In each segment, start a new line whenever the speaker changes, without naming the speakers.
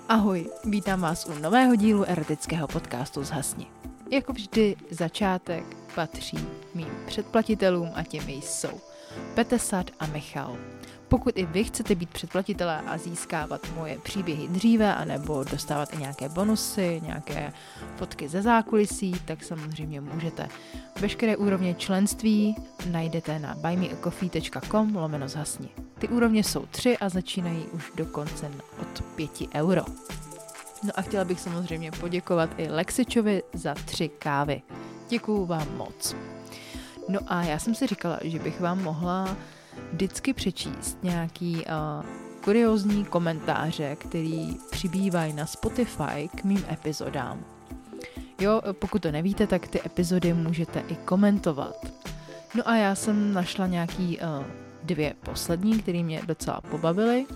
Ahoj, vítám vás u nového dílu erotického podcastu Zhasni. Jako vždy začátek patří mým předplatitelům a těmi jsou Petesad a Michal. Pokud i vy chcete být předplatitelé a získávat moje příběhy dříve, anebo dostávat i nějaké bonusy, nějaké fotky ze zákulisí, tak samozřejmě můžete. Veškeré úrovně členství najdete na buymeacoffee.com/zhasni. Ty úrovně jsou 3 a začínají už dokonce od 5 euro. No a chtěla bych samozřejmě poděkovat i Lexičovi za 3 kávy. Děkuju vám moc. No a já jsem si říkala, že bych vám mohla vždycky přečíst nějaký kuriózní komentáře, který přibývají na Spotify k mým epizodám. Jo, pokud to nevíte, tak ty epizody můžete i komentovat. No a já jsem našla nějaký 2 poslední, které mě docela pobavily.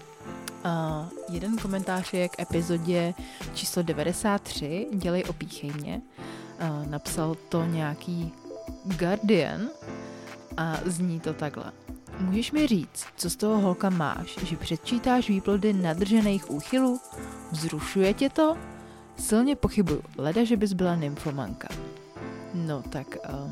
Jeden komentář je k epizodě číslo 93, Dělej, opíchej mě. Napsal to nějaký Guardian a zní to takhle. Můžeš mi říct, co z toho holka máš, že předčítáš výplody nadržených úchylů? Vzrušuje tě to? Silně pochybuju, leda, že bys byla nymfomanka. No tak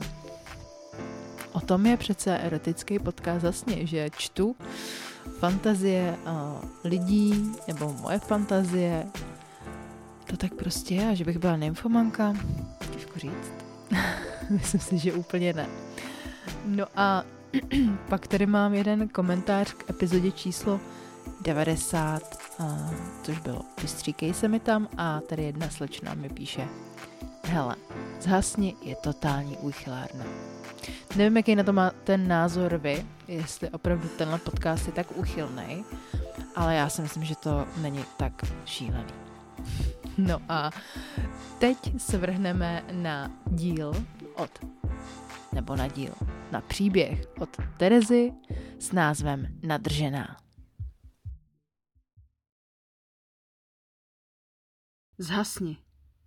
o tom je přece erotický podcast Zhasni, že čtu fantazie lidí, nebo moje fantazie. To tak prostě je, a že bych byla nymfomanka, těžko říct. Myslím si, že úplně ne. No a pak tady mám jeden komentář k epizodě číslo 90, což bylo vystříkej se mi tam, a tady jedna slečna mi píše: hele, Zhasni je totální úchylárna. Nevím, jaký na to má ten názor vy, jestli opravdu tenhle podcast je tak úchylnej, ale já si myslím, že to není tak šílený. No a teď se vrhneme na příběh od Terezy s názvem Nadržená.
Zhasni.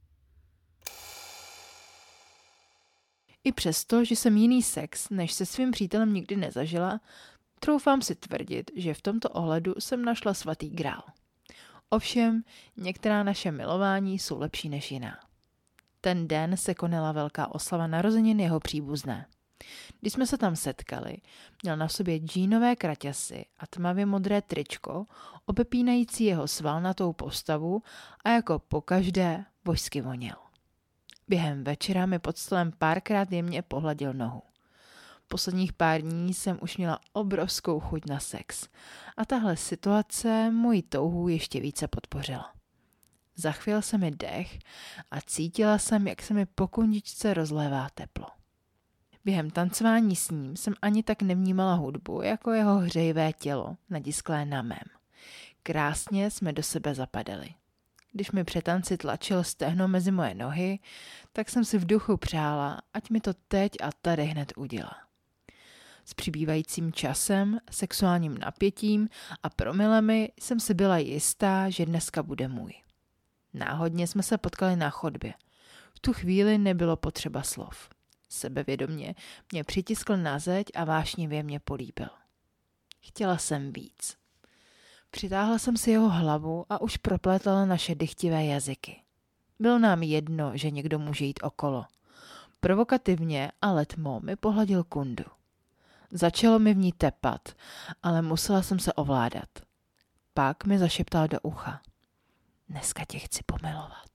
I přesto, že jsem jiný sex než se svým přítelem nikdy nezažila, troufám si tvrdit, že v tomto ohledu jsem našla svatý grál. Ovšem, některá naše milování jsou lepší než jiná. Ten den se konala velká oslava narozenin jeho příbuzné. Když jsme se tam setkali, měl na sobě džínové kraťasy a tmavě modré tričko, opepínající jeho svalnatou postavu, a jako pokaždé božsky voněl. Během večera mi pod stolem párkrát jemně pohladil nohu. Posledních pár dní jsem už měla obrovskou chuť na sex a tahle situace moji touhu ještě více podpořila. Zachvěl se mi dech a cítila jsem, jak se mi po kundičce rozlévá teplo. Během tancování s ním jsem ani tak nevnímala hudbu, jako jeho hřejivé tělo, nadisklé na mém. Krásně jsme do sebe zapadali. Když mi při tanci tlačil stehno mezi moje nohy, tak jsem si v duchu přála, ať mi to teď a tady hned udělá. S přibývajícím časem, sexuálním napětím a promilemi jsem si byla jistá, že dneska bude můj. Náhodně jsme se potkali na chodbě. V tu chvíli nebylo potřeba slov. Sebevědomě mě přitiskl na zeď a vášnivě mě políbil. Chtěla jsem víc. Přitáhla jsem si jeho hlavu a už proplétala naše dychtivé jazyky. Bylo nám jedno, že někdo může jít okolo. Provokativně a letmo mi pohladil kundu. Začalo mi v ní tepat, ale musela jsem se ovládat. Pak mi zašeptal do ucha: dneska tě chci pomilovat.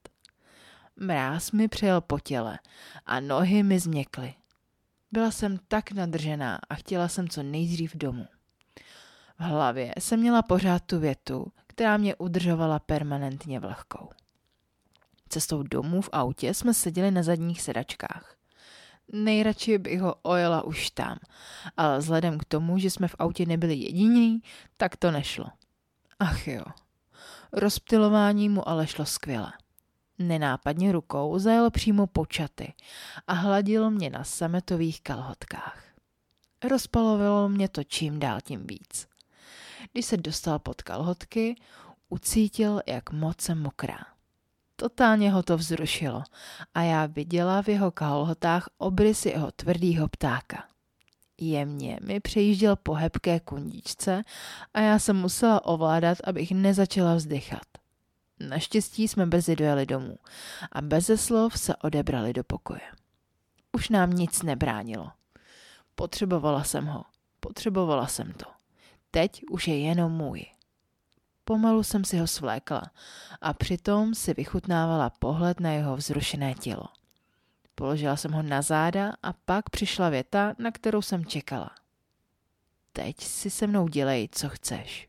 Mráz mi přejel po těle a nohy mi změkly. Byla jsem tak nadržená a chtěla jsem co nejdřív domů. V hlavě jsem měla pořád tu větu, která mě udržovala permanentně vlhkou. Cestou domů v autě jsme seděli na zadních sedačkách. Nejradši bych ho ojela už tam, ale vzhledem k tomu, že jsme v autě nebyli jediní, tak to nešlo. Ach jo, rozptylování mu ale šlo skvěle. Nenápadně rukou zajel přímo po čaty a hladil mě na sametových kalhotkách. Rozpalovalo mě to čím dál tím víc. Když se dostal pod kalhotky, ucítil, jak moc jsem mokrá. Totálně ho to vzrušilo a já viděla v jeho kalhotách obrysy jeho tvrdýho ptáka. Jemně mi přejížděl po hebké kundičce a já jsem musela ovládat, abych nezačala vzdychat. Naštěstí jsme brzy dojeli domů a beze slov se odebrali do pokoje. Už nám nic nebránilo. Potřebovala jsem ho. Potřebovala jsem to. Teď už je jenom můj. Pomalu jsem si ho svlékla a přitom si vychutnávala pohled na jeho vzrušené tělo. Položila jsem ho na záda a pak přišla věta, na kterou jsem čekala. Teď si se mnou dělej, co chceš.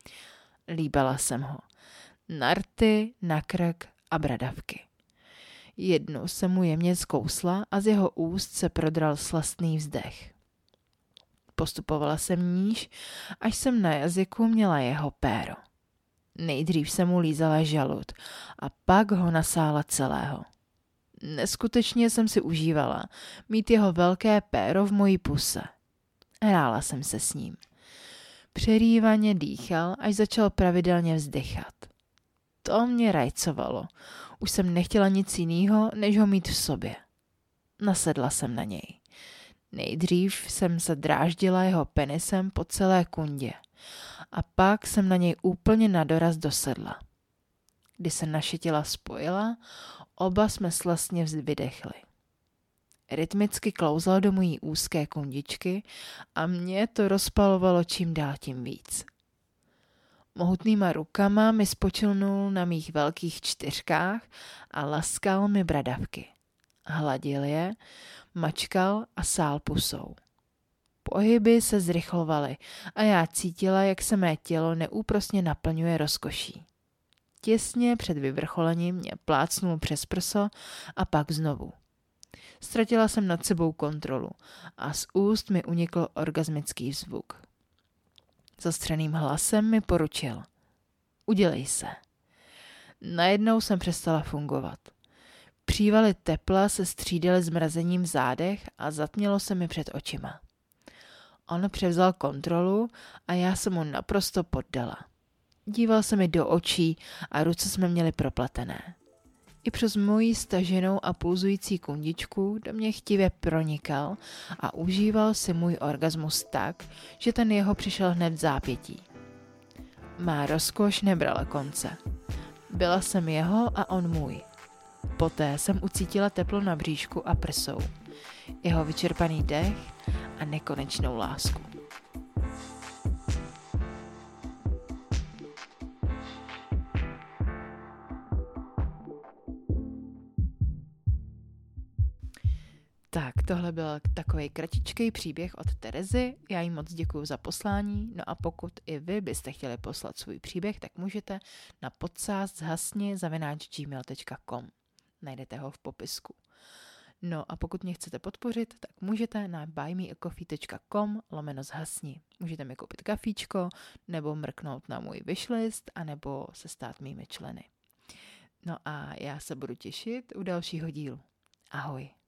Líbala jsem ho. Na rty, na krk a bradavky. Jednu jsem mu jemně zkousla a z jeho úst se prodral slastný vzdech. Postupovala jsem níž, až jsem na jazyku měla jeho péro. Nejdřív jsem mu lízala žalud a pak ho nasála celého. Neskutečně jsem si užívala mít jeho velké péro v mojí puse. Hrála jsem se s ním. Přerývaně dýchal, až začal pravidelně vzdychat. To mě rajcovalo. Už jsem nechtěla nic jiného, než ho mít v sobě. Nasedla jsem na něj. Nejdřív jsem se dráždila jeho penisem po celé kundě a pak jsem na něj úplně na doraz dosedla. Když se naše těla spojila, oba jsme slastně vydechli. Rytmicky klouzal do mojí úzké kundičky a mě to rozpalovalo čím dál tím víc. Mohutnýma rukama mi spočilnul na mých velkých čtyřkách a laskal mi bradavky. Hladil je, mačkal a sál pusou. Pohyby se zrychlovaly a já cítila, jak se mé tělo neúprosně naplňuje rozkoší. Těsně před vyvrcholením mě plácnul přes prso a pak znovu. Ztratila jsem nad sebou kontrolu a z úst mi unikl orgasmický zvuk. Zastřeným hlasem mi poručil. Udělej se. Najednou jsem přestala fungovat. Přívaly tepla se střídaly zmrazením v zádech a zatmělo se mi před očima. On převzal kontrolu a já se mu naprosto poddala. Díval se mi do očí a ruce jsme měli propletené. I přes moji staženou a pulzující kundičku do mě chtivě pronikal a užíval si můj orgasmus tak, že ten jeho přišel hned v zápětí. Má rozkoš nebrala konce. Byla jsem jeho a on můj. Poté jsem ucítila teplo na bříšku a prsou, jeho vyčerpaný dech a nekonečnou lásku. Tak, tohle byl takový kratičký příběh od Terezy. Já jí moc děkuju za poslání. No a pokud i vy byste chtěli poslat svůj příběh, tak můžete na podcast@gmail.com. Najdete ho v popisku. No a pokud mě chcete podpořit, tak můžete na buymeacoffee.com/zhasni. Můžete mi koupit kafíčko, nebo mrknout na můj wishlist, anebo se stát mými členy. No a já se budu těšit u dalšího dílu. Ahoj.